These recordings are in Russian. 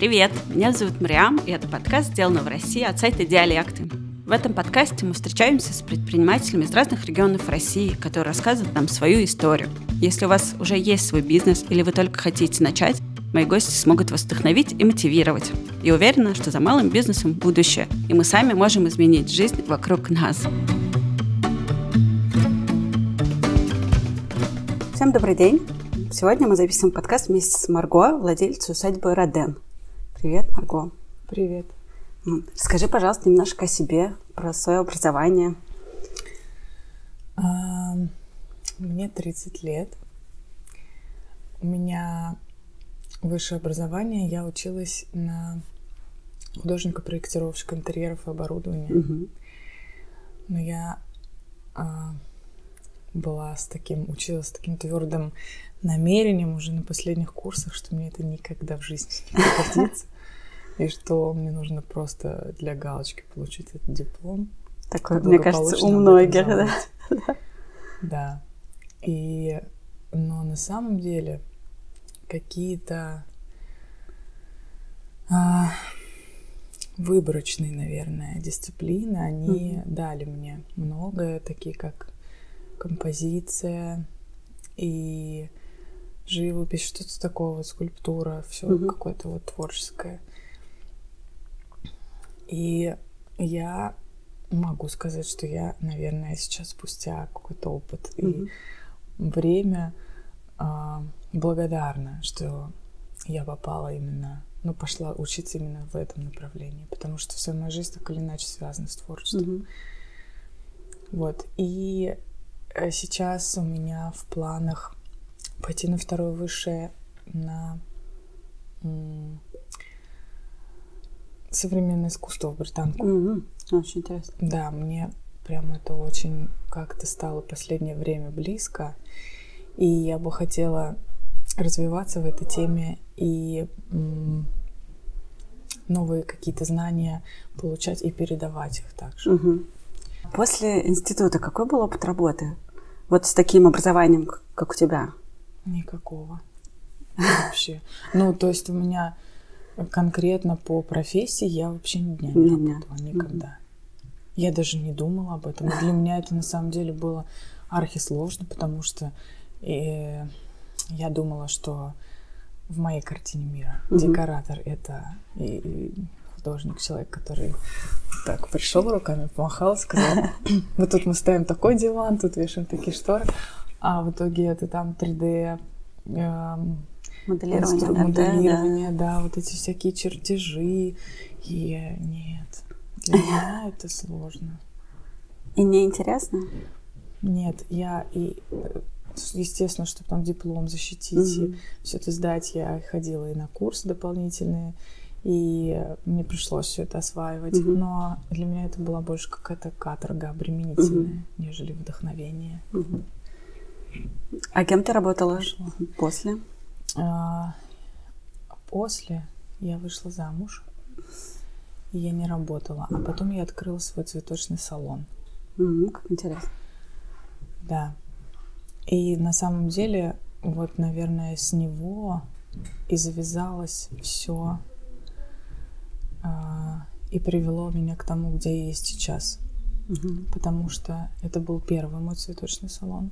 Привет, меня зовут Мариам, и это подкаст «Сделано в России» от сайта «Диалекты». В этом подкасте мы встречаемся с предпринимателями из разных регионов России, которые рассказывают нам свою историю. Если у вас уже есть свой бизнес или вы только хотите начать, мои гости смогут вас вдохновить и мотивировать. И уверена, что за малым бизнесом будущее, и мы сами можем изменить жизнь вокруг нас. Всем добрый день! Сегодня мы записываем подкаст вместе с Марго, владельцей усадьбы Роден. Привет, Марго. Привет. Расскажи, пожалуйста, немножко о себе, про свое образование. Мне 30 лет. У меня высшее образование. Я училась на художника-проектировщика интерьеров и оборудования. Угу. Но я училась с таким твердым намерением уже на последних курсах, что мне это никогда в жизни не пригодится. И что мне нужно просто для галочки получить этот диплом. Такое, мне кажется, у многих, да. Да. Но на самом деле какие-то выборочные, наверное, дисциплины, они дали мне многое, такие как композиция и живопись, что-то такое, вот скульптура, все какое-то вот творческое. И я могу сказать, что я, наверное, сейчас спустя какой-то опыт и время благодарна, что я попала пошла учиться именно в этом направлении, потому что вся моя жизнь так или иначе связана с творчеством. Вот. И сейчас у меня в планах пойти на второе высшее на современное искусство в британку. Очень интересно. Да, мне прям это очень как-то стало в последнее время близко. И я бы хотела развиваться в этой теме и новые какие-то знания получать и передавать их также. После института какой был опыт работы? Вот с таким образованием, как у тебя? Никакого. Вообще. То есть у меня конкретно по профессии я вообще ни дня не работала. Никогда. Я даже не думала об этом. И для меня это на самом деле было архисложно, потому что я думала, что в моей картине мира декоратор — это и художник, человек, который так пришел, руками помахал, сказал: вот тут мы ставим такой диван, тут вешаем такие шторы, а в итоге это там 3D моделирование, да, вот эти всякие чертежи. И нет, для меня это сложно. И неинтересно? Нет, естественно, чтобы там диплом защитить и все это сдать, я ходила и на курсы дополнительные, и мне пришлось все это осваивать. Но для меня это была больше какая-то каторга обременительная, нежели вдохновение. А кем ты работала после? После я вышла замуж, и я не работала. А потом я открыла свой цветочный салон. Как интересно. Да. И на самом деле, вот, наверное, с него и завязалось все и привело меня к тому, где я есть сейчас. Потому что это был первый мой цветочный салон.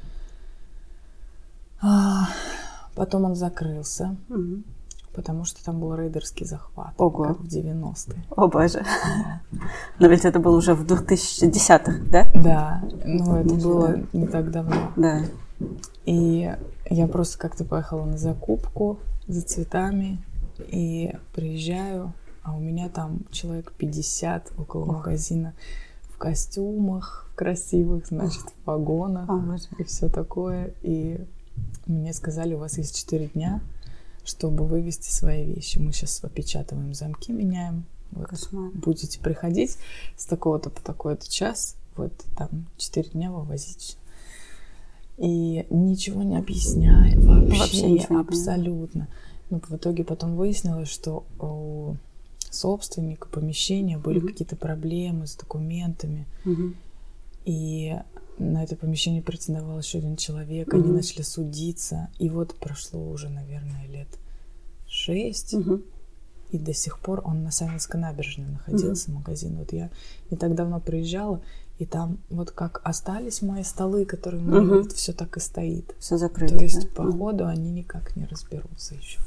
Потом он закрылся, потому что там был рейдерский захват. Ого. Как в 90-е. О, боже. Но ведь это было уже в 2010-х, да? Да, это было не так давно. Да. И я просто как-то поехала на закупку за цветами и приезжаю, а у меня там человек 50 около магазина в костюмах красивых, значит, в погонах и все такое. И мне сказали: у вас есть 4 дня, чтобы вывести свои вещи. Мы сейчас опечатываем замки, меняем. Вот, будете приходить с такого-то по такой-то час, вот там 4 дня вывозить. И ничего не объясняет вообще ничего абсолютно. В итоге потом выяснилось, что у собственника помещения были какие-то проблемы с документами. И на это помещение претендовал еще один человек. Они начали судиться. И вот прошло уже, наверное, лет 6. И до сих пор он на Савинской набережной находился, магазин. Вот я не так давно приезжала, и там вот как остались мои столы, которые у меня вот все так и стоит. Все закрыто. То есть, походу, они никак не разберутся еще.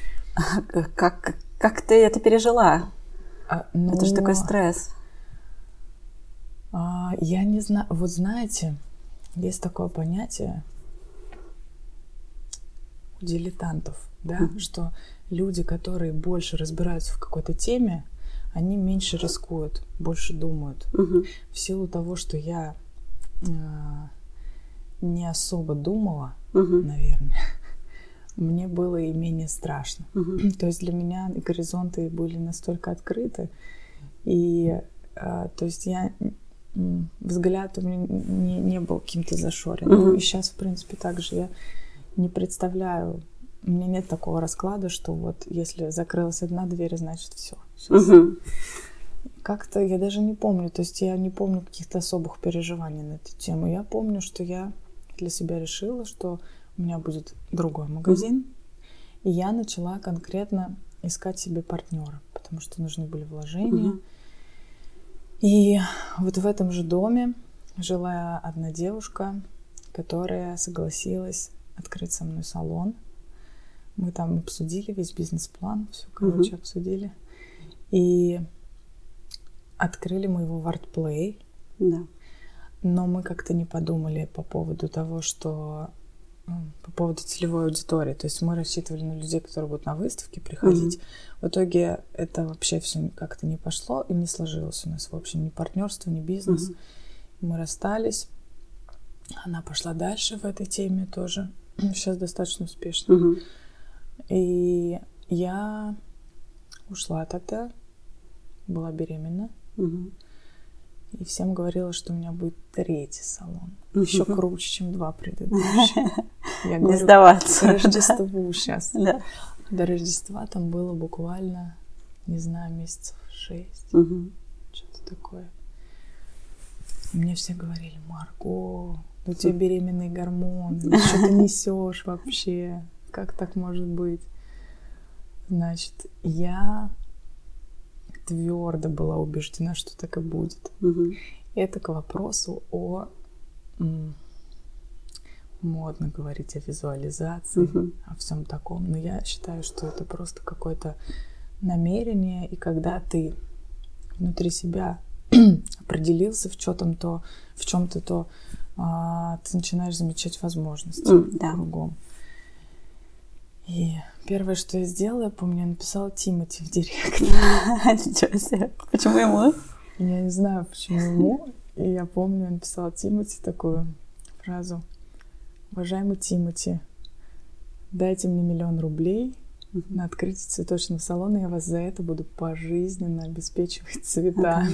Как ты это пережила? Это же такой стресс. Я не знаю. Вот знаете, есть такое понятие у дилетантов, да, что люди, которые больше разбираются в какой-то теме, они меньше рискуют, больше думают. В силу того, что я не особо думала, наверное, мне было и менее страшно. То есть для меня горизонты были настолько открыты, и то есть взгляд у меня не был каким-то зашоренным. И сейчас, в принципе, также я не представляю, у меня нет такого расклада, что вот если закрылась одна дверь, значит все. Как-то я даже не помню, то есть я не помню каких-то особых переживаний на эту тему. Я помню, что я для себя решила, что у меня будет другой магазин, и я начала конкретно искать себе партнера, потому что нужны были вложения. И вот в этом же доме жила одна девушка, которая согласилась открыть со мной салон. Мы там обсудили весь бизнес-план, все, короче, обсудили. И открыли мы его в ArtPlay. Да. Но мы как-то не подумали по поводу того, что... по поводу целевой аудитории. То есть мы рассчитывали на людей, которые будут на выставке приходить. В итоге это вообще все как-то не пошло и не сложилось у нас. В общем, ни партнерство, ни бизнес. Мы расстались. Она пошла дальше в этой теме тоже. Сейчас достаточно успешно. И я ушла тогда, была беременна. И всем говорила, что у меня будет 3-й салон. Еще круче, чем 2 предыдущих. Я говорю, не сдаваться. К Рождеству сейчас. Да. До Рождества там было буквально, не знаю, месяцев 6. Что-то такое. И мне все говорили: Марго, у тебя беременные гормоны, что ты несешь вообще? Как так может быть? Значит, я твердо была убеждена, что так и будет. И это к вопросу о, модно говорить о визуализации, о всем таком. Но я считаю, что это просто какое-то намерение, и когда ты внутри себя определился в чем-то, то ты начинаешь замечать возможности кругом. И первое, что я сделала, я помню, я написала Тимати в директ. Ничего себе. Почему ему? Я не знаю, почему ему. И я помню, я написала Тимати такую фразу: уважаемый Тимати, дайте мне 1 000 000 рублей на открытие цветочного салона, я вас за это буду пожизненно обеспечивать цветами.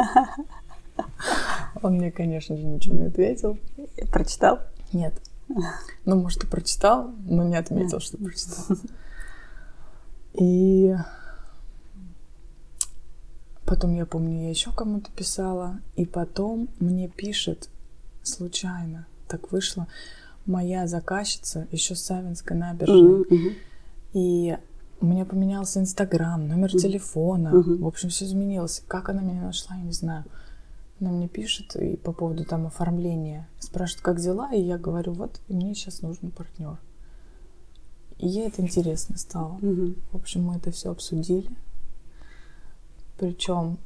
Он мне, конечно же, ничего не ответил. Прочитал? Нет. Ну, может, и прочитал, но не отметил, что прочитал. И потом, я помню, я еще кому-то писала, и потом мне пишет случайно, так вышло, моя заказчица еще с Савинской набережной. И у меня поменялся Инстаграм, номер телефона. В общем, все изменилось. Как она меня нашла, я не знаю. Она мне пишет и по поводу там оформления. Спрашивает, как дела, и я говорю, вот, мне сейчас нужен партнер. И ей это интересно стало. В общем, мы это все обсудили. Причем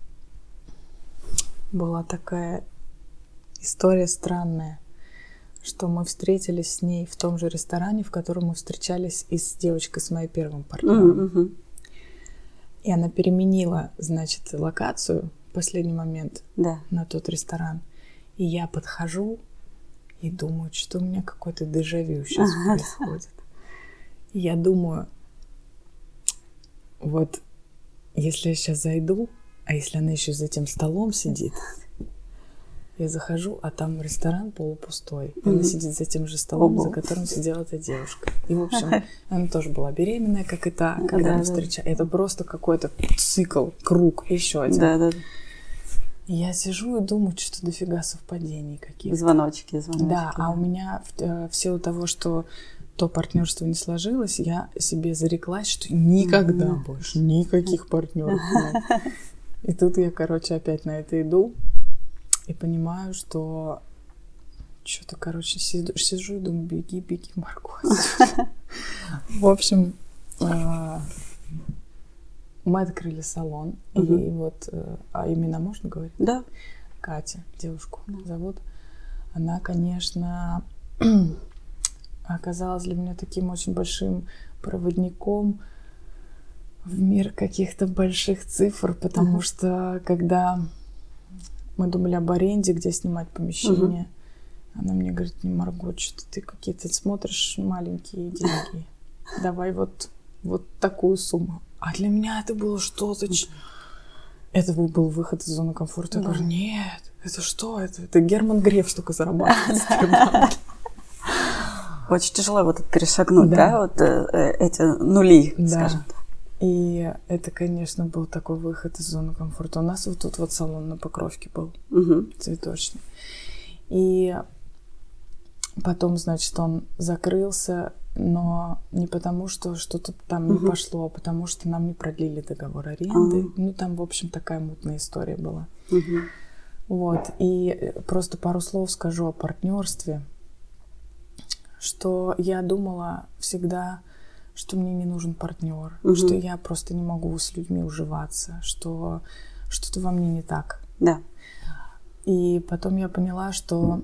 была такая история странная, что мы встретились с ней в том же ресторане, в котором мы встречались и с девочкой, с моим первым партнером. И она переменила, значит, локацию в последний момент на тот ресторан. И я подхожу и думаю, что у меня какой-то дежавю сейчас происходит. И я думаю, вот если я сейчас зайду, а если она еще за этим столом сидит, я захожу, а там ресторан полупустой. И она сидит за тем же столом, за которым сидела эта девушка. И, в общем, она тоже была беременная, как и та, когда мы встречались. Это просто какой-то цикл, круг, еще один. И я сижу и думаю, что дофига совпадений каких-то. Звоночки. Да, а у меня в силу того, что то партнерство не сложилось, я себе зареклась, что никогда больше никаких партнеров нет. И тут я, короче, опять на это иду и понимаю, что что-то, короче, сижу и думаю, беги, Марго. В общем, мы открыли салон, и вот, а имена можно говорить? Да. Катя, девушку зовут. Она, конечно, оказалась для меня таким очень большим проводником в мир каких-то больших цифр, потому что, когда мы думали об аренде, где снимать помещение, она мне говорит: не, Марго, что-то ты какие-то смотришь маленькие деньги. Давай вот такую сумму. А для меня это было что-то... Это был выход из зоны комфорта. Я говорю: нет, это что это? Это Герман Греф столько зарабатывает. Очень тяжело вот перешагнуть, да, вот эти нули, скажем так. И это, конечно, был такой выход из зоны комфорта. У нас вот тут вот салон на Покровке был, цветочный. И потом, значит, он закрылся, но не потому, что что-то там не пошло, а потому что нам не продлили договор аренды. Ну, там, в общем, такая мутная история была. Вот. И просто пару слов скажу о партнерстве, что я думала всегда, что мне не нужен партнер, что я просто не могу с людьми уживаться, что что-то во мне не так. Да. И потом я поняла, что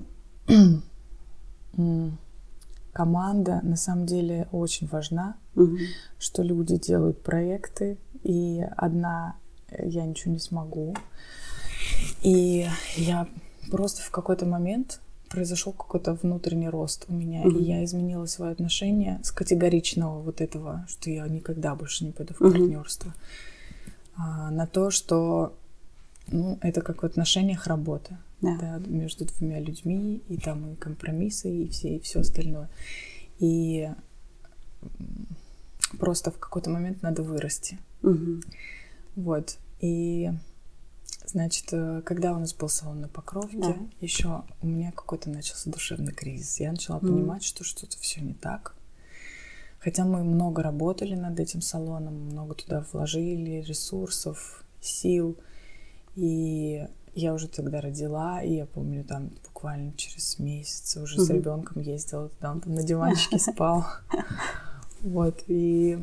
команда на самом деле очень важна, что люди делают проекты, и одна я ничего не смогу. И я просто в какой-то момент произошел какой-то внутренний рост у меня, и я изменила свое отношение с категоричного вот этого, что я никогда больше не пойду в партнерство, на то, что это как в отношениях работа. Да, между двумя людьми, и там и компромиссы, и все остальное. И просто в какой-то момент надо вырасти. Вот. И, значит, когда у нас был салон на Покровке, еще у меня какой-то начался душевный кризис. Я начала понимать, что что-то все не так. Хотя мы много работали над этим салоном, много туда вложили ресурсов, сил. И я уже тогда родила, и я помню, там буквально через месяц уже с ребенком ездила туда, он там на диванчике спал. Вот, и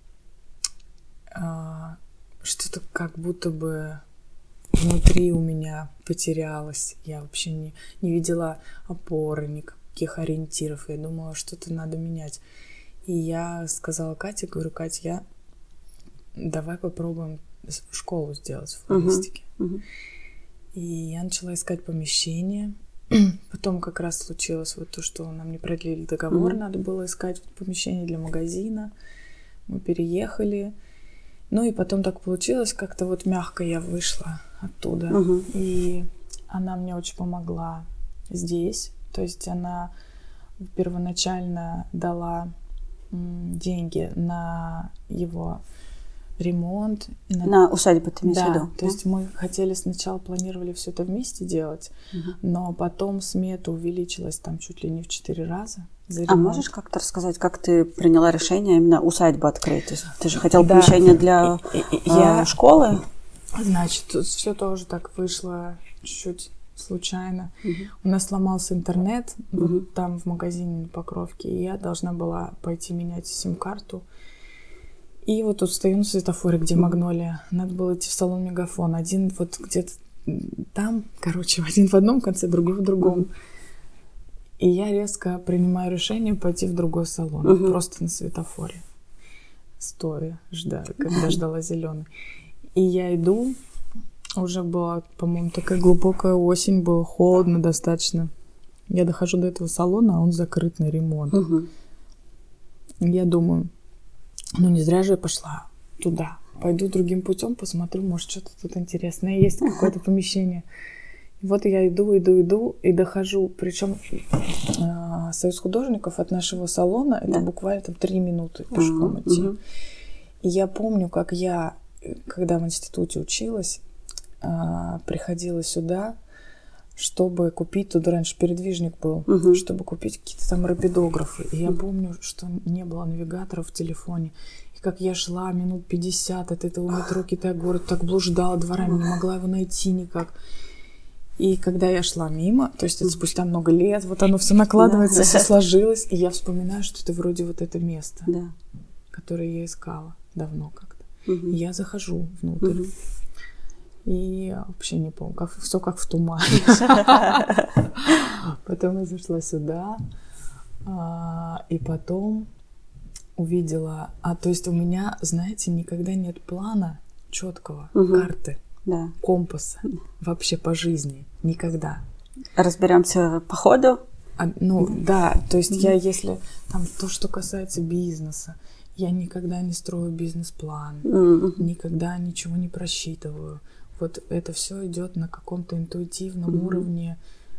что-то как будто бы внутри у меня потерялось. Я вообще не видела опоры, никаких ориентиров. Я думала, что-то надо менять. И я сказала Кате, говорю: Катя, давай попробуем школу сделать в флористике. И я начала искать помещение. Потом как раз случилось вот то, что нам не продлили договор. Надо было искать помещение для магазина. Мы переехали. Ну и потом так получилось, как-то вот мягко я вышла оттуда. И она мне очень помогла здесь. То есть она первоначально дала деньги на его ремонт. На усадьбу ты имеешь в виду? То есть мы хотели сначала, планировали все это вместе делать, но потом смета увеличилась там чуть ли не в 4 раза. А можешь как-то рассказать, как ты приняла решение именно усадьбу открыть? То есть ты же хотела помещение для школы? Значит, тут все тоже так вышло чуть-чуть случайно. У нас сломался интернет вот там в магазине на Покровке, и я должна была пойти менять сим-карту. И вот тут стою на светофоре, где Магнолия. Надо было идти в салон Мегафон. Один вот где-то там, короче, один в одном конце, другой в другом. И я резко принимаю решение пойти в другой салон. Просто на светофоре. Стоя, когда ждала зеленый. И я иду. Уже была, по-моему, такая глубокая осень. Было холодно достаточно. Я дохожу до этого салона, а он закрыт на ремонт. Я думаю... не зря же я пошла туда. Пойду другим путем, посмотрю, может, что-то тут интересное есть, какое-то помещение. И вот я иду и дохожу. Причем Союз художников от нашего салона это буквально там 3 минуты пешком идти. И я помню, как я, когда в институте училась, приходила сюда, чтобы купить, тут раньше передвижник был, чтобы купить какие-то там рапидографы. И я помню, что не было навигатора в телефоне. И как я шла минут 50 от этого метро Китай-город, так блуждала дворами, не могла его найти никак. И когда я шла мимо, то есть это спустя много лет, вот оно все накладывается, все сложилось, и я вспоминаю, что это вроде вот это место, которое я искала давно как-то. И я захожу внутрь. И вообще не помню, все как в тумане. Потом я зашла сюда, и потом увидела... то есть у меня, знаете, никогда нет плана четкого, карты, компаса вообще по жизни. Никогда. Разберемся по ходу. То есть я, если там то, что касается бизнеса, я никогда не строю бизнес-план, никогда ничего не просчитываю. Вот это все идет на каком-то интуитивном уровне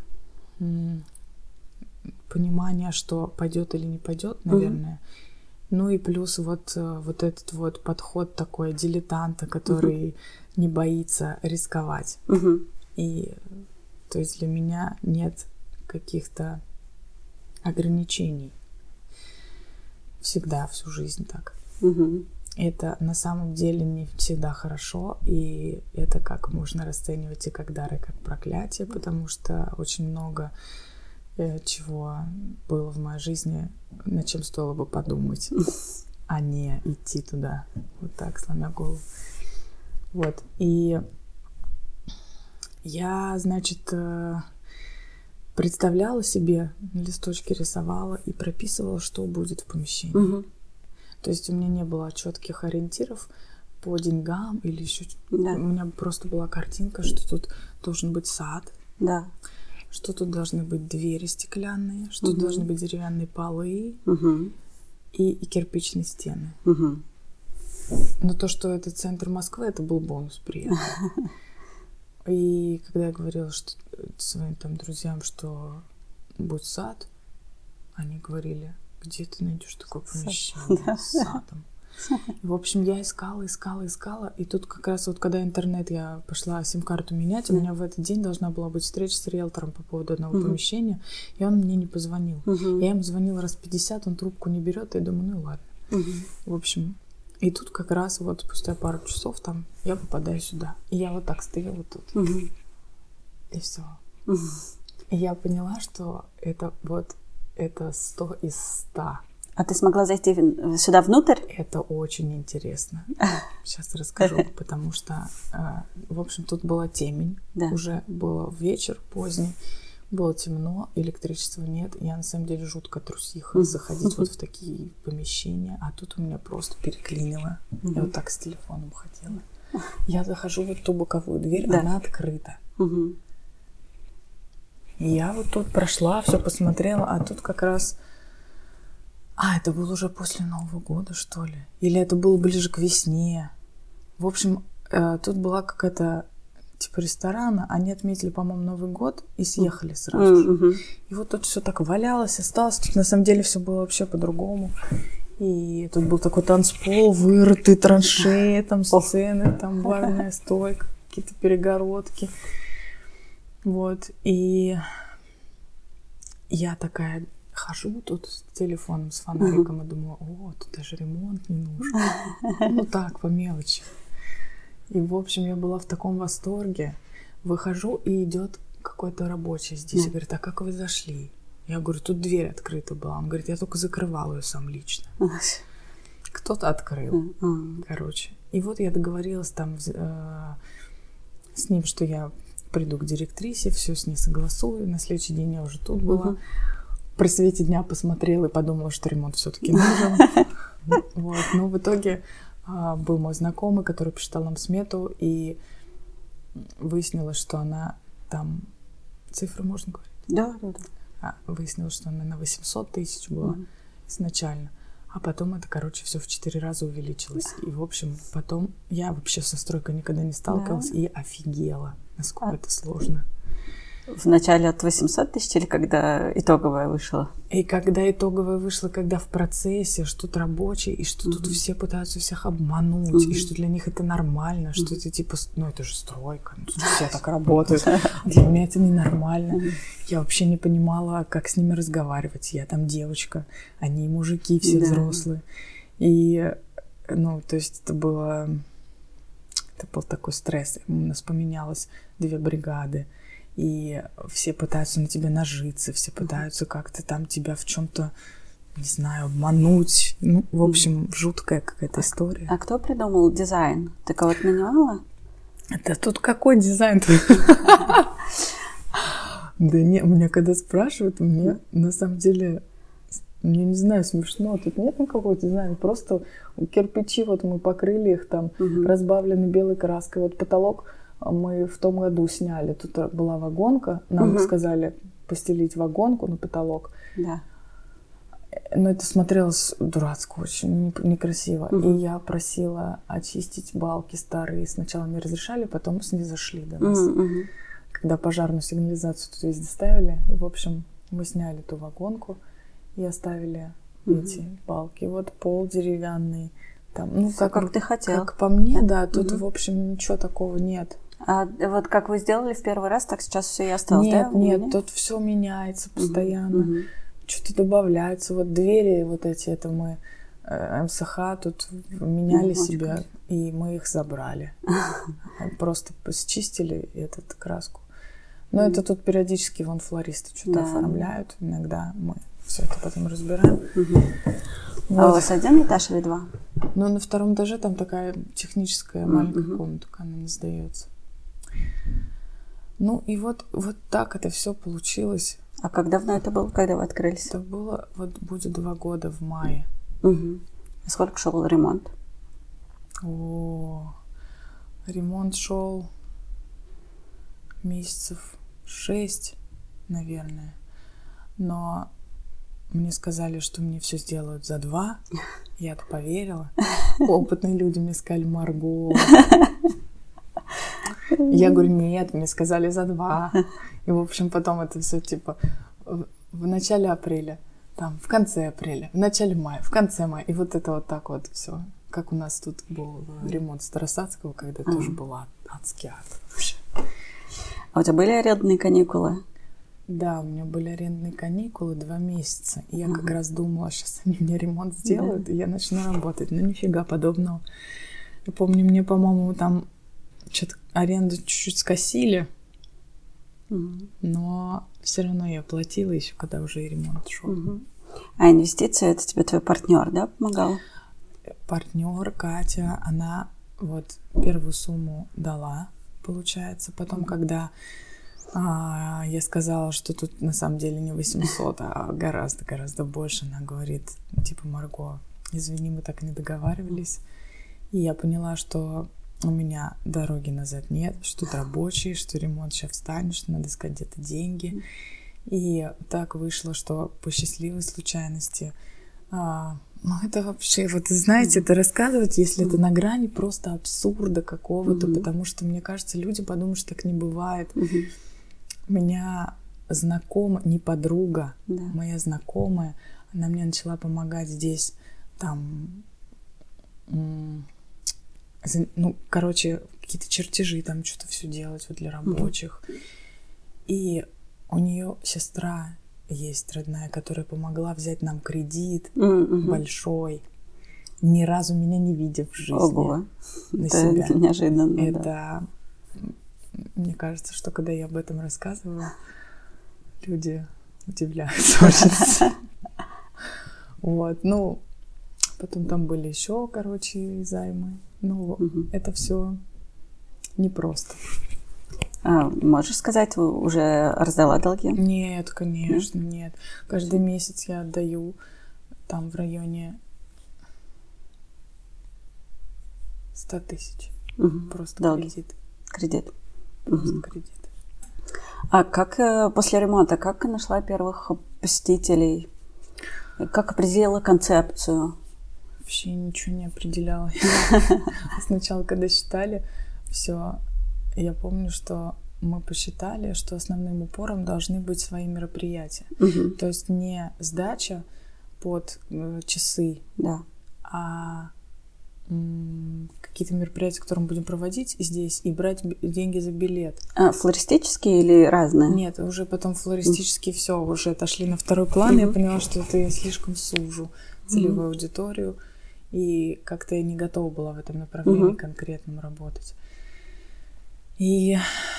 понимания, что пойдет или не пойдет, наверное. Ну и плюс вот этот вот подход такой дилетанта, который не боится рисковать. И то есть для меня нет каких-то ограничений. Всегда, всю жизнь так. Это на самом деле не всегда хорошо, и это как можно расценивать и как дар, и как проклятие, потому что очень много чего было в моей жизни, над чем стоило бы подумать, а не идти туда вот так, сломя голову. Вот, и я, значит, представляла себе, на листочке рисовала и прописывала, что будет в помещении. То есть у меня не было четких ориентиров по деньгам или еще... У меня просто была картинка, что тут должен быть сад, что тут должны быть двери стеклянные, что тут должны быть деревянные полы и кирпичные стены. Но то, что это центр Москвы, это был бонус приятный. И когда я говорила своим там друзьям, что будет сад, они говорили... Где ты найдешь такое помещение с садом? И, в общем, я искала. И тут как раз вот, когда интернет, я пошла сим-карту менять, у меня в этот день должна была быть встреча с риэлтором по поводу одного помещения, и он мне не позвонил. Я ему звонила раз 50, он трубку не берет, и я думаю, ну и ладно. В общем, и тут как раз вот спустя пару часов там я попадаю сюда. И я вот так стою вот тут. И все. И я поняла, что это вот это 100 из 100. А ты смогла зайти сюда внутрь? Это очень интересно. Сейчас расскажу, потому что, в общем, тут была темень. Уже был вечер поздний, было темно, электричества нет. Я, на самом деле, жутко трусиха заходить вот в такие помещения. А тут у меня просто переклинило. Я вот так с телефоном ходила. Я захожу в эту боковую дверь, она открыта. И я вот тут прошла, все посмотрела, а тут как раз... это было уже после Нового года, что ли? Или это было ближе к весне? В общем, тут была какая-то типа ресторана, они отметили, по-моему, Новый год и съехали сразу же. И вот тут все так валялось, осталось. Тут на самом деле все было вообще по-другому. И тут был такой танцпол, вырытые траншеи, там сцены, там барная стойка, какие-то перегородки. Вот, и я такая хожу тут с телефоном, с фонариком, и думаю, тут даже ремонт не нужен. Ну так, по мелочи. И, в общем, я была в таком восторге. Выхожу, и идет какой-то рабочий здесь и говорит, а как вы зашли? Я говорю, тут дверь открыта была. Он говорит, я только закрывал ее сам лично. Кто-то открыл, короче. И вот я договорилась там с ним, что я приду к директрисе, все с ней согласую. На следующий день я уже тут была. При свете дня посмотрела и подумала, что ремонт все-таки нужен. Вот. Но в итоге был мой знакомый, который посчитал нам смету, и выяснилось, что она там... Цифры можно говорить? Да. Выяснилось, что она на 800 тысяч была изначально. А потом это, короче, все в 4 раза увеличилось. И, в общем, потом я вообще со стройкой никогда не сталкивалась и офигела, насколько это сложно. В начале от 800 тысяч или когда итоговая вышла? И когда итоговая вышла, когда в процессе, что тут рабочий, и что тут все пытаются всех обмануть, и что для них это нормально, что это типа, ну это же стройка, ну, тут все так работают. Для меня это ненормально. Я вообще не понимала, как с ними разговаривать. Я там девочка, они мужики, все взрослые. И, ну, то есть это был такой стресс. У нас поменялось 2 бригады. И все пытаются на тебя нажиться, все пытаются как-то там тебя в чем-то, не знаю, обмануть. Ну, в общем, жуткая какая-то история. А кто придумал дизайн? Ты кого-то нанимала? Да тут какой дизайн? Да не, меня когда спрашивают, мне на самом деле, я не знаю, смешно. Тут нет никакого дизайна. Просто кирпичи, вот мы покрыли их там, разбавлены белой краской. Вот потолок мы в том году сняли. Тут была вагонка. Нам сказали постелить вагонку на потолок. Да. Но это смотрелось дурацко, очень некрасиво. И я просила очистить балки старые. Сначала не разрешали, потом снизошли до нас. Когда пожарную сигнализацию тут везде ставили. В общем, мы сняли ту вагонку и оставили эти балки. Вот пол деревянный. Там, ну, как ты хотела. Как по мне, да. Тут, в общем, ничего такого нет. А вот как вы сделали в первый раз, так сейчас все и осталось, нет, да? Нет, тут все меняется постоянно. Что-то добавляется. Вот двери вот эти, это мы МСХ тут меняли себе, и мы их забрали. Просто счистили эту краску. Но это тут периодически вон флористы что-то оформляют. Иногда мы все это потом разбираем. Вот. А у вас 1 этаж или 2? Ну, на 2-м этаже там такая техническая маленькая комнатка, она не сдается. Ну, и вот так это все получилось. А как давно это было, когда вы открылись? Это было, вот будет 2 года в мае. А сколько шел ремонт? Ремонт шел месяцев 6, наверное. Но мне сказали, что мне все сделают за 2. Я-то поверила. Опытные люди мне сказали: Марго. Я говорю: нет, мне сказали за 2. И, в общем, потом это все типа в начале апреля, там, в конце апреля, в начале мая, в конце мая. И вот это вот так вот все. Как у нас тут был ремонт Старосадского, когда тоже была адский ад вообще. А у тебя были арендные каникулы? Да, у меня были арендные каникулы 2 месяца. И я как раз думала, сейчас они мне ремонт сделают, и я начну работать. Но нифига подобного. Я помню, мне, по-моему, там что-то аренду чуть-чуть скосили, но все равно я платила еще, когда уже и ремонт шел. А инвестиции — это тебе твой партнер, да, помогал? Партнер Катя, она вот первую сумму дала, получается. Потом, когда я сказала, что тут на самом деле не 800, а гораздо больше, она говорит, типа: Марго, извини, мы так не договаривались. И я поняла, что у меня дороги назад нет, что тут рабочий, что ремонт сейчас встанет, что надо искать где-то деньги. И так вышло, что по счастливой случайности, ну это вообще, вот знаете, это рассказывать, если это на грани просто абсурда какого-то, потому что, мне кажется, люди подумают, что так не бывает. У меня знакомая, не подруга, моя знакомая, она мне начала помогать здесь, там, ну, короче, какие-то чертежи, там что-то все делать вот для рабочих. И у нее сестра есть родная, которая помогла взять нам кредит большой, ни разу меня не видев в жизни. Ого, на это себя. неожиданно. Это, мне кажется, что когда я об этом рассказываю, люди удивляются очень. Вот, ну, потом там были еще, короче, займы. Ну, это все непросто. Можешь сказать, вы уже раздала долги? Нет, конечно, нет. Каждый месяц я отдаю там в районе 100 тысяч. Просто долги. Кредит. Просто кредит. А как после ремонта, как нашла первых посетителей? Как определила концепцию? Вообще ничего не определяла. Сначала, когда считали, все, я помню, что мы посчитали, что основным упором должны быть свои мероприятия. То есть не сдача под часы, а какие-то мероприятия, которые мы будем проводить здесь, и брать деньги за билет. Флористические или разные? Нет, уже потом флористические все уже отошли на второй план. Я поняла, что это я слишком сужу целевую аудиторию, и как-то я не готова была в этом направлении конкретном работать. И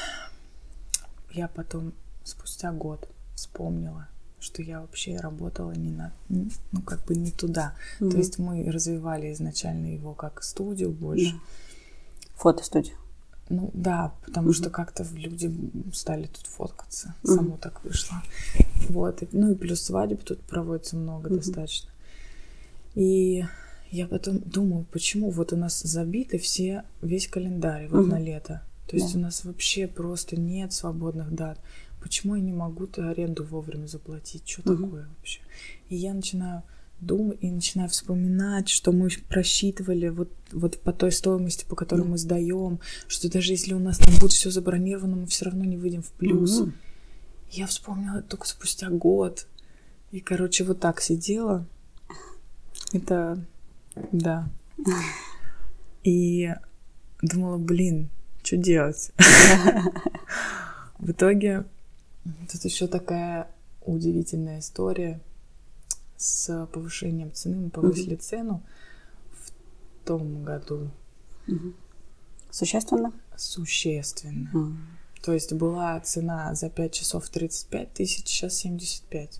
я потом, спустя год, вспомнила, что я вообще работала не туда. То есть мы развивали изначально его как студию больше. Фотостудию. Ну да, потому что как-то люди стали тут фоткаться. Само так вышло. Вот. Ну и плюс свадеб тут проводится много достаточно. И я потом думаю, почему вот у нас забиты весь календарь вот на лето. То есть у нас вообще просто нет свободных дат. Почему я не могу аренду вовремя заплатить? Что такое вообще? И я начинаю думать и начинаю вспоминать, что мы просчитывали вот по той стоимости, по которой мы сдаем, что даже если у нас там будет все забронировано, мы все равно не выйдем в плюс. Я вспомнила это только спустя год. И, короче, вот так сидела. Это, да. И думала, что делать? В итоге тут еще такая удивительная история с повышением цены. Мы повысили цену в том году. Существенно? Существенно. То есть была цена за 5 часов 35 тысяч, сейчас 75.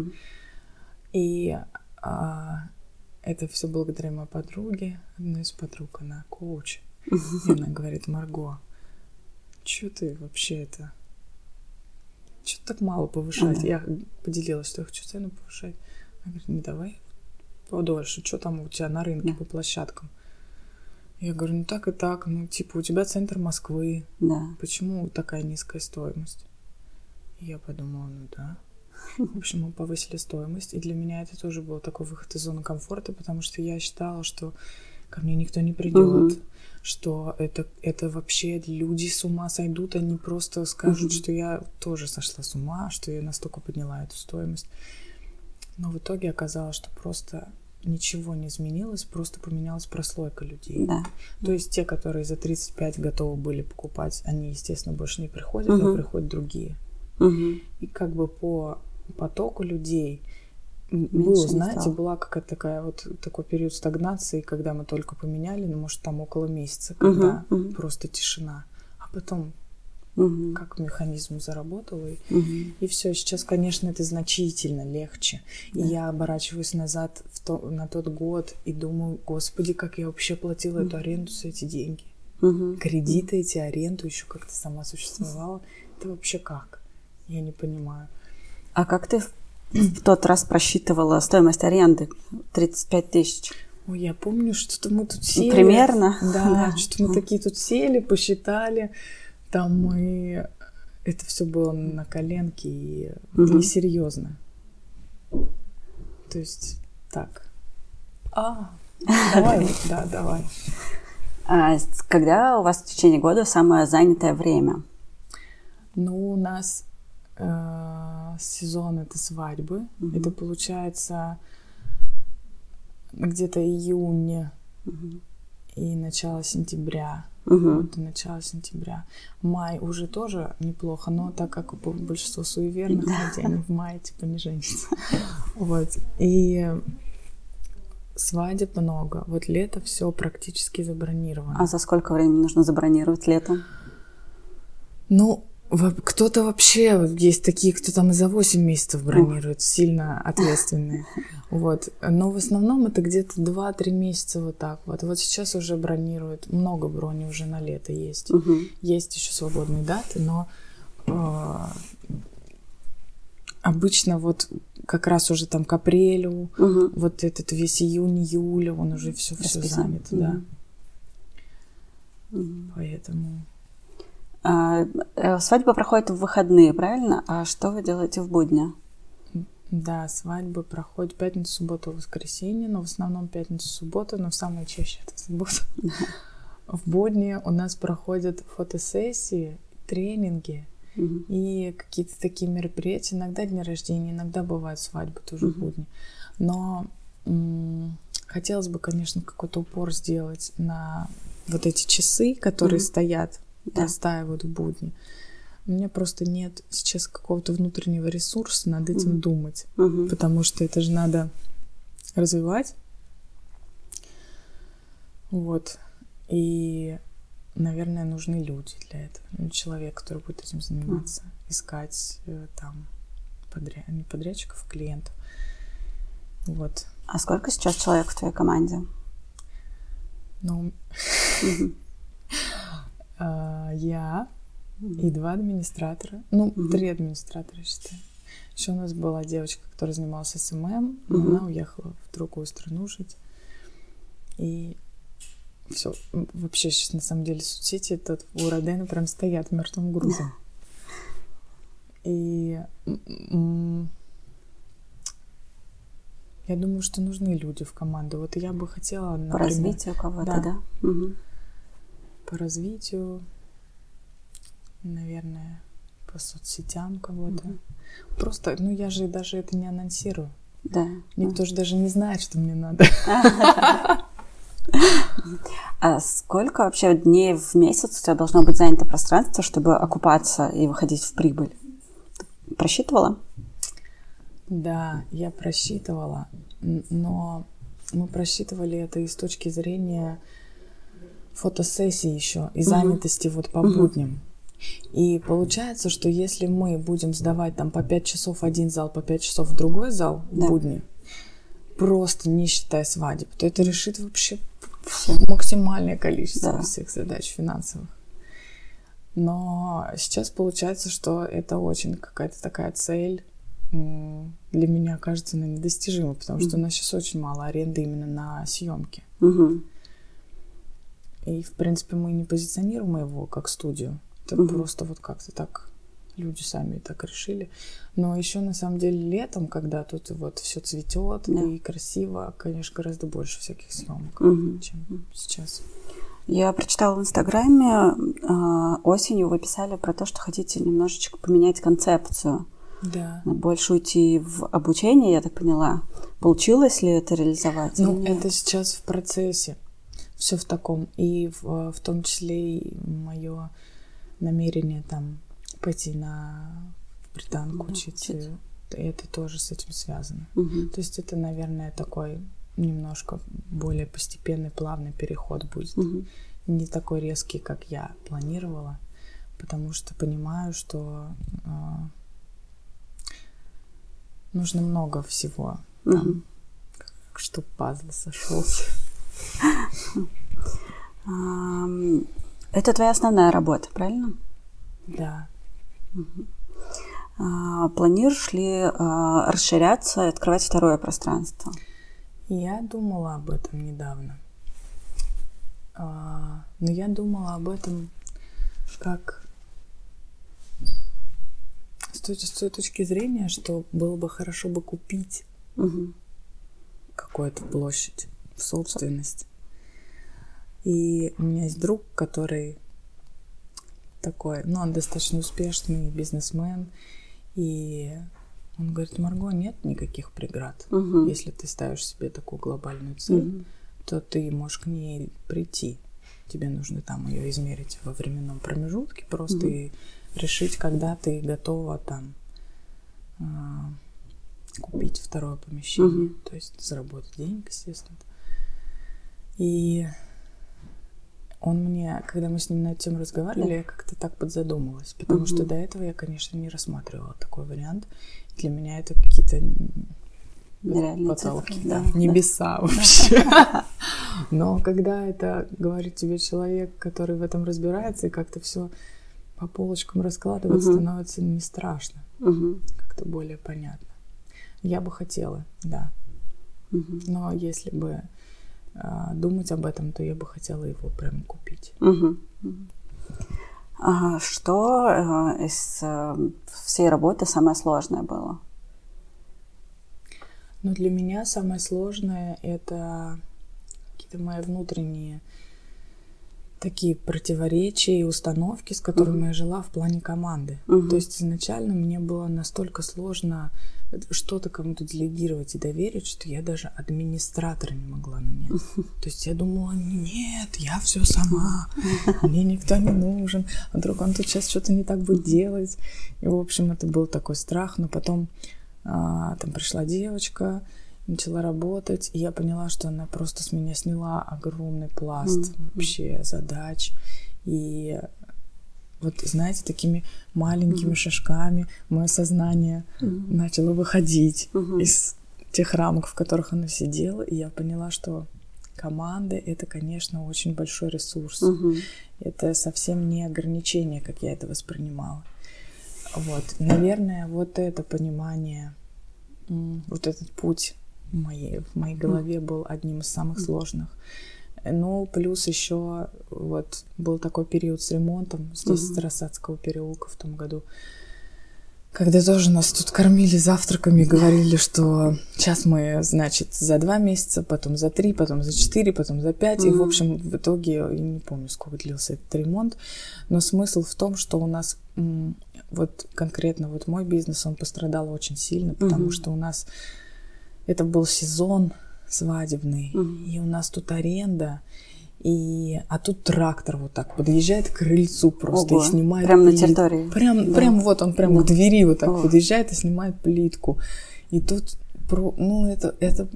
И это все благодаря моей подруге, одной из подруг, она коуч. И она говорит: Марго, что ты вообще это? Что так мало повышать? Я поделилась, что я хочу цену повышать. Она говорит: не давай подольше, что там у тебя на рынке по площадкам? Я говорю: ну так и так, у тебя центр Москвы. Почему такая низкая стоимость? И я подумала, В общем, мы повысили стоимость, и для меня это тоже был такой выход из зоны комфорта, потому что я считала, что ко мне никто не придет, что это вообще люди с ума сойдут, они просто скажут, что я тоже сошла с ума, что я настолько подняла эту стоимость. Но в итоге оказалось, что просто ничего не изменилось, просто поменялась прослойка людей. То есть те, которые за 35 готовы были покупать, они, естественно, больше не приходят, а приходят другие. И как бы по потоку людей была какая-то такой период стагнации, когда мы только поменяли, может, там около месяца, когда просто тишина. А потом как механизм заработал, и все. Сейчас, конечно, это значительно легче. И я оборачиваюсь назад на тот год и думаю: Господи, как я вообще платила эту аренду за эти деньги. Кредиты эти, аренду еще как-то сама существовала. Это вообще как? Я не понимаю. А как ты в тот раз просчитывала стоимость аренды 35 тысяч? Ой, я помню, что-то мы тут сели. Примерно? Да, что-то мы такие тут сели, посчитали. Там мы... Это все было на коленке и несерьезно. То есть так. Давай. Да, давай. Когда у вас в течение года самое занятое время? У нас сезон — это свадьбы. Это получается где-то июнь и начало сентября. Начало сентября. Май уже тоже неплохо, но так как большинство суеверных, они в мае не женятся. И свадеб много. Лето все практически забронировано. А за сколько времени нужно забронировать лето? Кто-то вообще, есть такие, кто там и за 8 месяцев бронирует, сильно ответственные. Но в основном это где-то 2-3 месяца вот так вот. Сейчас уже бронируют, много броней уже на лето есть. Есть еще свободные даты, но обычно как раз уже там к апрелю, этот весь июнь-июль, он уже все занят, да. Поэтому... Свадьба проходит в выходные, правильно? А что вы делаете в будни? Да, свадьбы проходят пятницу, субботу, воскресенье, но в основном пятницу, субботу, но самое чаще это суббота. В будни у нас проходят фотосессии тренинги и какие-то такие мероприятия. Иногда дни рождения, иногда бывают свадьбы, тоже будни. Но хотелось бы, конечно, какой-то упор сделать на вот эти часы, которые стоят, простаивают в будни. У меня просто нет сейчас какого-то внутреннего ресурса над этим думать, потому что это же надо развивать. Вот. И, наверное, нужны люди для этого. Человек, который будет этим заниматься, искать там не подрядчиков, клиентов. Вот. А сколько сейчас человек в твоей команде? Ну, я и 2 администратора. Ну, 3 администратора, считаю. Еще у нас была девочка, которая занималась СММ, но она уехала в другую страну жить. И все. Вообще сейчас, на самом деле, соцсети тут у Родена прям стоят мертвым грузом. И я думаю, что нужны люди в команду. Вот я бы хотела, например... По развитию кого-то, да? По развитию, наверное, по соцсетям кого-то. Просто, я же даже это не анонсирую. Да. Никто же даже не знает, что мне надо. А сколько вообще дней в месяц у тебя должно быть занято пространство, чтобы окупаться и выходить в прибыль? Ты просчитывала? Да, я просчитывала, но мы просчитывали это и с точки зрения фотосессии еще и занятости вот по будням. И получается, что если мы будем сдавать там по 5 часов один зал, по 5 часов в другой зал в будни, просто не считая свадеб, то это решит вообще максимальное количество всех задач финансовых. Но сейчас получается, что это очень какая-то такая цель, для меня кажется, она недостижима, потому что у нас сейчас очень мало аренды именно на съемки. И, в принципе, мы не позиционируем его как студию. Это просто вот как-то так люди сами так решили. Но еще на самом деле летом, когда тут вот все цветет и красиво, конечно, гораздо больше всяких съемок, чем сейчас. Я прочитала в Инстаграме, осенью вы писали про то, что хотите немножечко поменять концепцию. Да. Больше уйти в обучение, я так поняла. Получилось ли это реализовать? Ну, это сейчас в процессе. Все в таком. И в том числе и мое намерение там пойти на британку учиться. Это тоже с этим связано. То есть это, наверное, такой немножко более постепенный, плавный переход будет. Не такой резкий, как я планировала, потому что понимаю, что нужно много всего, там, чтобы пазл сошелся. Это твоя основная работа, правильно? Да. Планируешь ли расширяться и открывать второе пространство? Я думала об этом недавно. Но я думала об этом как с той точки зрения, что было бы хорошо бы купить какую-то площадь в собственность. И у меня есть друг, который такой, он достаточно успешный бизнесмен, и он говорит: Марго, нет никаких преград. Если ты ставишь себе такую глобальную цель, то ты можешь к ней прийти. Тебе нужно там ее измерить во временном промежутке просто и решить, когда ты готова там купить второе помещение, то есть заработать денег, естественно. И он мне, когда мы с ним на эту тему разговаривали, я как-то так подзадумалась, потому что до этого я, конечно, не рассматривала такой вариант. Для меня это какие-то потолки, небеса вообще. Но когда это говорит тебе человек, который в этом разбирается, и как-то все по полочкам раскладывать, становится не страшно, как-то более понятно. Я бы хотела, да. Но если бы думать об этом, то я бы хотела его прямо купить. Что из всей работы самое сложное было? Ну, для меня самое сложное — это какие-то мои внутренние такие противоречия и установки, с которыми я жила в плане команды. То есть изначально мне было настолько сложно что-то кому-то делегировать и доверить, что я даже администратора не могла нанять. То есть я думала, нет, я все сама, мне никто не нужен, а вдруг он тут сейчас что-то не так будет делать. И, в общем, это был такой страх, но потом там пришла девочка, начала работать, и я поняла, что она просто с меня сняла огромный пласт вообще задач. И вот, знаете, такими маленькими шажками мое сознание начало выходить из тех рамок, в которых оно сидело, и я поняла, что команда — это, конечно, очень большой ресурс. Это совсем не ограничение, как я это воспринимала. Вот, наверное, вот это понимание, вот этот путь в моей голове был одним из самых сложных. Ну, плюс еще вот был такой период с ремонтом здесь, с Старосадского переулка в том году, когда тоже нас тут кормили завтраками, говорили, что сейчас мы, значит, за 2 месяца, потом за 3, потом за 4, потом за 5. И, в общем, в итоге, я не помню, сколько длился этот ремонт, но смысл в том, что у нас вот конкретно вот мой бизнес, он пострадал очень сильно, потому что у нас это был сезон свадебный, и у нас тут аренда, а тут трактор вот так подъезжает к крыльцу просто. Ого, и снимает прям плитку. На территории? Прям вот он прям к двери вот так подъезжает и снимает плитку. И тут, это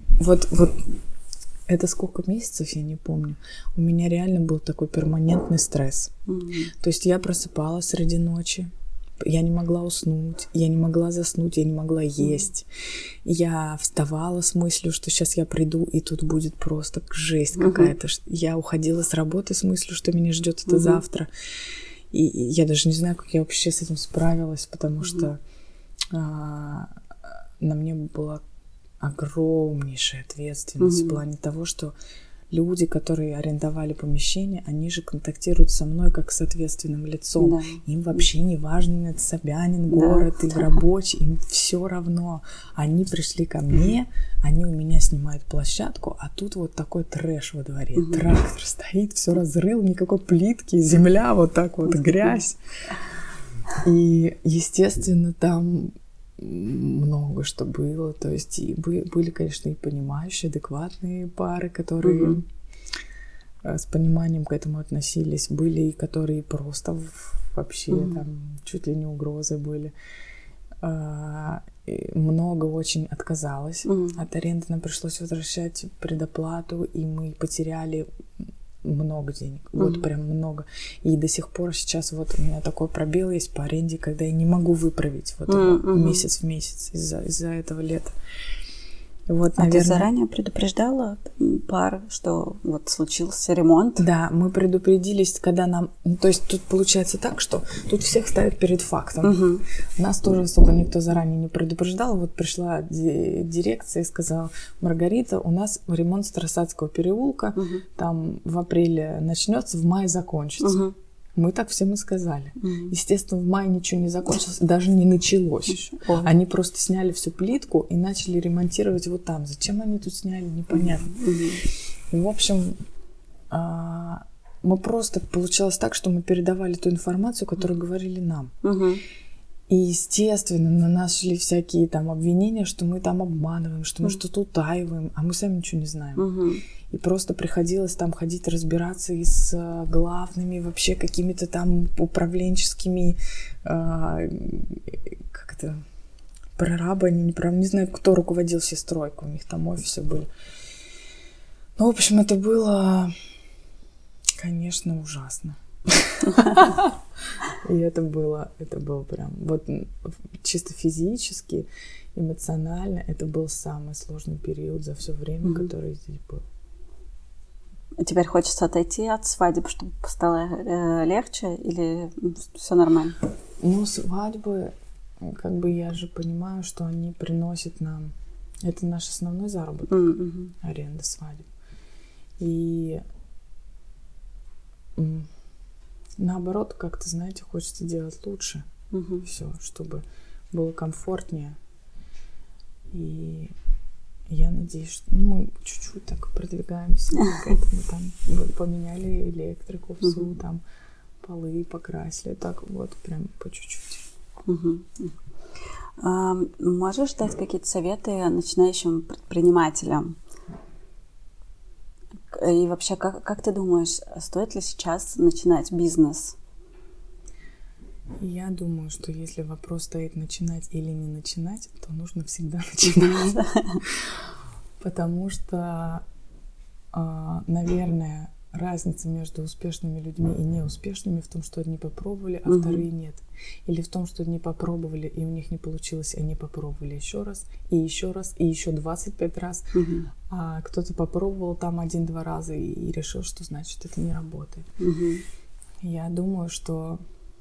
сколько месяцев, я не помню. У меня реально был такой перманентный стресс. То есть я просыпалась среди ночи, я не могла уснуть, я не могла заснуть, я не могла есть. Я вставала с мыслью, что сейчас я приду, и тут будет просто жесть какая-то. Я уходила с работы с мыслью, что меня ждет это завтра. И я даже не знаю, как я вообще с этим справилась, потому что на мне была огромнейшая ответственность в плане того, что люди, которые арендовали помещение, они же контактируют со мной как с ответственным лицом. Да. Им вообще не важно, это Собянин город или рабочий, им все равно. Они пришли ко мне, они у меня снимают площадку, а тут вот такой трэш во дворе. Трактор стоит, все разрыл, никакой плитки, земля вот так вот, грязь. И, естественно, там много что было, то есть и были, конечно, и понимающие, адекватные пары, которые с пониманием к этому относились, были и которые просто вообще там чуть ли не угрозы были. Много очень отказалось от аренды, нам пришлось возвращать предоплату, и мы потеряли много денег, вот прям много. И до сих пор сейчас вот у меня такой пробел есть по аренде, когда я не могу выправить вот его месяц в месяц из-за этого лета. Вот, наверное... ты заранее предупреждала пар, что вот случился ремонт? Да, мы предупредились, когда нам... то есть тут получается так, что тут всех ставят перед фактом. Нас тоже особо никто заранее не предупреждал. Вот пришла дирекция и сказала: Маргарита, у нас ремонт Старосадского переулка, там в апреле начнется, в мае закончится. Мы так всем и сказали. Естественно, в мае ничего не закончилось, даже не началось еще. Они просто сняли всю плитку и начали ремонтировать вот там. Зачем они тут сняли, непонятно. И, в общем, мы просто... Получалось так, что мы передавали ту информацию, которую говорили нам. И, естественно, на нас шли всякие там обвинения, что мы там обманываем, что мы что-то утаиваем, а мы сами ничего не знаем. И просто приходилось там ходить, разбираться и с главными вообще какими-то там управленческими, как-то, прорабы, не знаю, кто руководил всей стройкой, у них там офисы были. Ну, в общем, это было, конечно, ужасно. И это было прям, вот чисто физически, эмоционально, это был самый сложный период за все время, которое здесь было. Теперь хочется отойти от свадеб, чтобы стало легче, или все нормально? Ну, свадьбы, как бы я же понимаю, что они приносят нам... Это наш основной заработок, аренда свадеб. И наоборот, как-то, знаете, хочется делать лучше все, чтобы было комфортнее. И я надеюсь, что мы чуть-чуть так продвигаемся к этому. Там поменяли электрику всю, там полы покрасили. Так вот, прям по чуть-чуть. Можешь дать какие-то советы начинающим предпринимателям? И вообще, как ты думаешь, стоит ли сейчас начинать бизнес? Я думаю, что если вопрос стоит начинать или не начинать, то нужно всегда начинать. Потому что, наверное, разница между успешными людьми и неуспешными в том, что одни попробовали, а вторые нет. Или в том, что одни попробовали, и у них не получилось, и они попробовали еще раз, и еще 25 раз. А кто-то попробовал там 1-2 раза и решил, что значит это не работает. Я думаю, что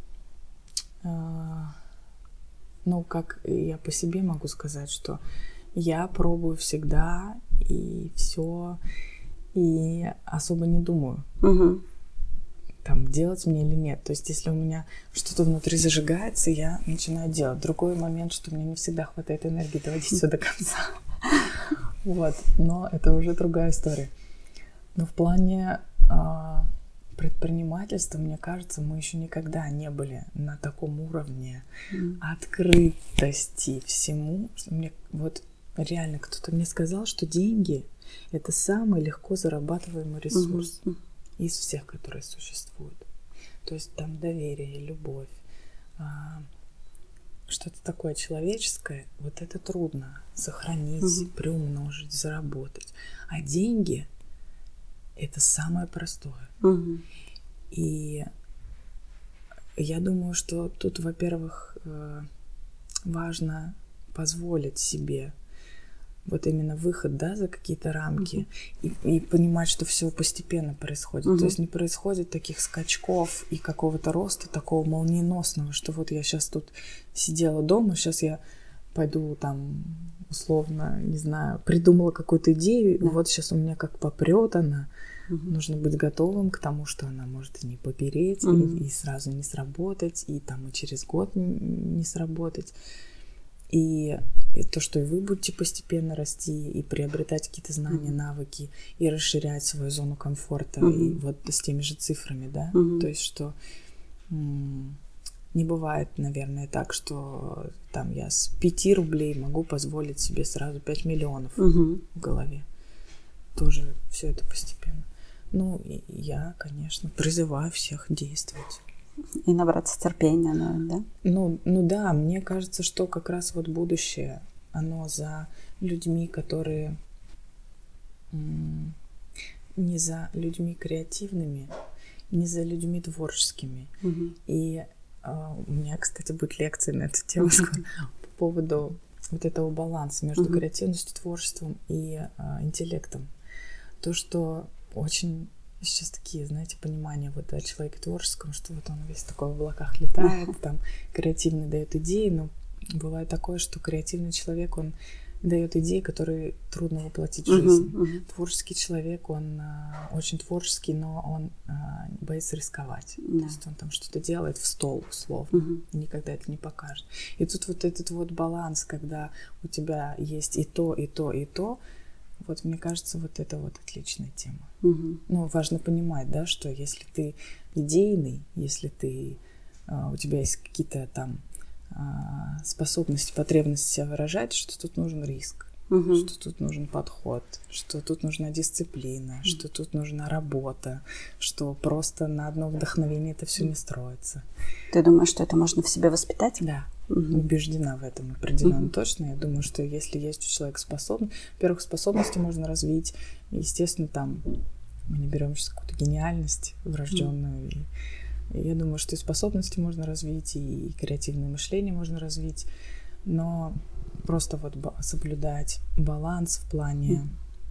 как я по себе могу сказать, что я пробую всегда и все, и особо не думаю, там, делать мне или нет. То есть, если у меня что-то внутри зажигается, я начинаю делать. Другой момент, что мне не всегда хватает энергии доводить все до конца. Вот, но это уже другая история. Но в плане предпринимательства, мне кажется, мы еще никогда не были на таком уровне открытости всему, что мне вот реально кто-то мне сказал, что деньги — это самый легко зарабатываемый ресурс из всех, которые существуют. То есть там доверие, любовь, что-то такое человеческое, вот это трудно сохранить, приумножить, заработать. А деньги — это самое простое. И я думаю, что тут, во-первых, важно позволить себе вот именно выход, да, за какие-то рамки и понимать, что все постепенно происходит. То есть не происходит таких скачков и какого-то роста такого молниеносного, что вот я сейчас тут сидела дома, сейчас я пойду там условно, не знаю, придумала какую-то идею, и вот сейчас у меня как попрет она. Нужно быть готовым к тому, что она может и не попереть, и сразу не сработать, и там и через год не сработать. И то, что и вы будете постепенно расти, и приобретать какие-то знания, навыки, и расширять свою зону комфорта, и вот с теми же цифрами, да. То есть, что не бывает, наверное, так, что там я с 5 рублей могу позволить себе сразу 5 миллионов в голове. Тоже все это постепенно. Ну, и я, конечно, призываю всех действовать. И набраться терпения, да? Ну да, мне кажется, что как раз вот будущее, оно за людьми, которые не за людьми креативными, не за людьми творческими. И у меня, кстати, будет лекция на эту тему по поводу вот этого баланса между креативностью, творчеством и интеллектом. То, что очень сейчас такие, знаете, понимания вот о человеке творческом, что вот он весь такой в облаках летает, там креативный дает идеи, но бывает такое, что креативный человек, он дает идеи, которые трудно воплотить в жизнь. Творческий человек, он очень творческий, но он боится рисковать. То есть он там что-то делает в стол, условно, и никогда это не покажет. И тут вот этот вот баланс, когда у тебя есть и то, и то, и то, вот мне кажется, вот это вот отличная тема. Ну, важно понимать, да, что если ты идейный, если ты, у тебя есть какие-то там способности, потребности себя выражать, что тут нужен риск, что тут нужен подход, что тут нужна дисциплина, что тут нужна работа, что просто на одно вдохновение это все не строится. Ты думаешь, что это можно в себе воспитать? Да. Убеждена в этом определенно точно. Я думаю, что если есть у человека способность, во-первых, способности можно развить. Естественно, там мы не берем сейчас какую-то гениальность врожденную. И я думаю, что и способности можно развить, и креативное мышление можно развить. Но просто вот соблюдать баланс в плане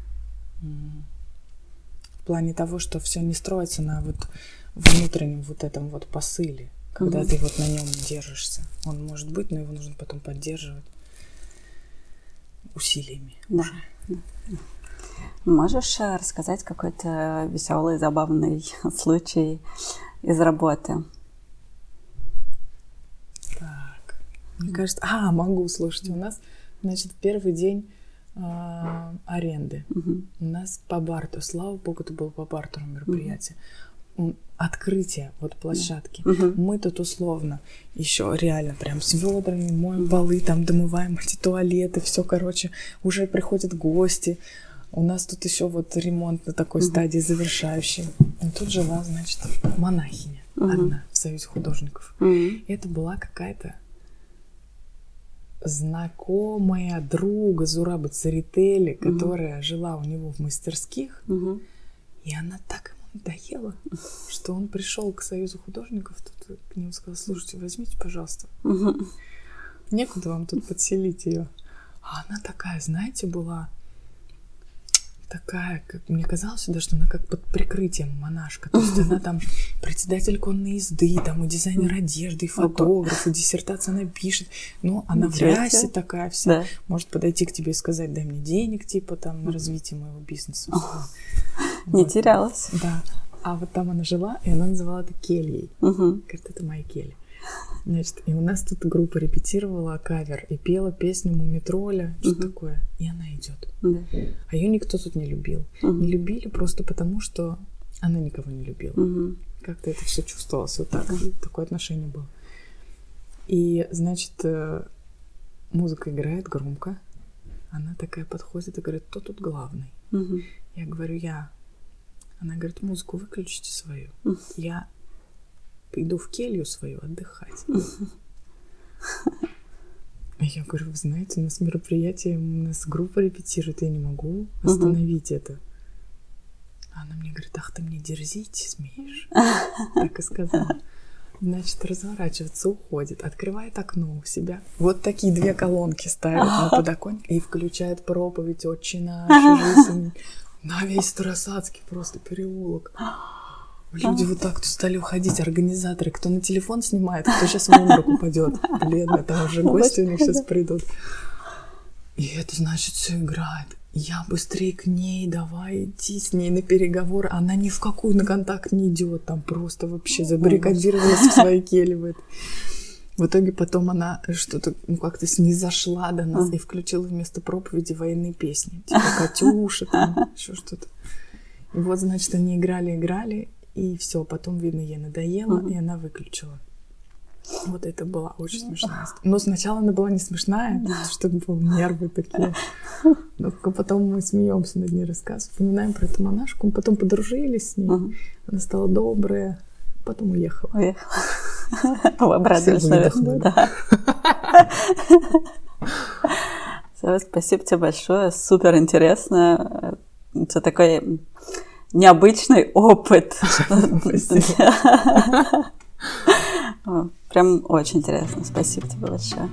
того, что все не строится на вот внутреннем вот этом вот посыле. Когда ты вот на нем держишься. Он может быть, но его нужно потом поддерживать усилиями. Да. Можешь рассказать какой-то веселый, забавный случай из работы? Так, мне кажется... могу, слушайте, у нас, значит, в первый день аренды. У нас по бартеру, слава богу, это было по бартеру мероприятие. Открытие вот площадки. Мы тут условно еще реально прям с ведрами моем полы, там домываем эти туалеты, все, короче, уже приходят гости. У нас тут еще вот ремонт на такой стадии завершающий. И тут жила, значит, монахиня одна в Союзе художников. И это была какая-то знакомая друга Зураба Церетели, которая жила у него в мастерских. И она так надоело, что он пришел к Союзу художников, тут к ним сказал: слушайте, возьмите, пожалуйста, некуда вам тут подселить ее. А она такая, знаете, была такая, как мне казалось всегда, что она как под прикрытием монашка. То есть она там председатель конной езды, там и дизайнер одежды, и фотограф, и диссертацию она пишет. Но она в рясе такая вся. Может подойти к тебе и сказать: дай мне денег, типа там на развитие моего бизнеса. Не терялась. Да. А вот там она жила, и она называла это кельей. Говорит, это моя келья. Значит, и у нас тут группа репетировала кавер и пела песню Мумитроля, что такое. И она идет. А ее никто тут не любил. Не любили просто потому, что она никого не любила. Как-то это все чувствовалось вот так. Такое отношение было. И, значит, музыка играет громко. Она такая подходит и говорит: кто тут главный? Я говорю: я. Она говорит: музыку выключите свою. Я иду в келью свою отдыхать. Я говорю: вы знаете, у нас мероприятие, у нас группа репетирует, я не могу остановить это. А она мне говорит: ах, ты мне дерзить смеешь? Так и сказала. Значит, разворачивается, уходит, открывает окно у себя. Вот такие 2 колонки ставит на подоконник и включает проповедь «Отче наш, жизнь». На весь Тарасацкий просто переулок. Люди вот так стали уходить, организаторы. Кто на телефон снимает, кто сейчас в обморок упадет. Бледно, там уже гости у них сейчас придут. И это, значит, все играет. Я быстрее к ней, давай идти с ней на переговоры. Она ни в какую на контакт не идет. Там просто вообще забаррикадировалась в своей келье. В итоге потом она что-то, как-то снизошла до нас и включила вместо проповеди военные песни. Типа «Катюша», там, еще что-то. И вот, значит, они играли, и все. Потом, видно, ей надоело, и она выключила. Вот это была очень смешная история. Но сначала она была не смешная, чтобы были нервы такие. Но потом мы смеемся над ней, рассказываем, вспоминаем про эту монашку. Мы потом подружились с ней. Она стала добрая, потом уехала. Обрадовались, наверное, да. Спасибо тебе большое, супер интересно. Это такой необычный опыт. Прям очень интересно. Спасибо тебе большое.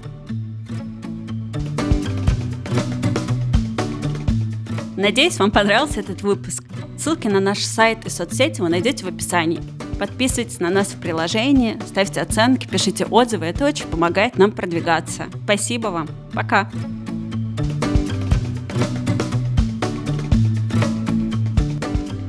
Надеюсь, вам понравился этот выпуск. Ссылки на наш сайт и соцсети вы найдете в описании. Подписывайтесь на нас в приложении, ставьте оценки, пишите отзывы. Это очень помогает нам продвигаться. Спасибо вам. Пока.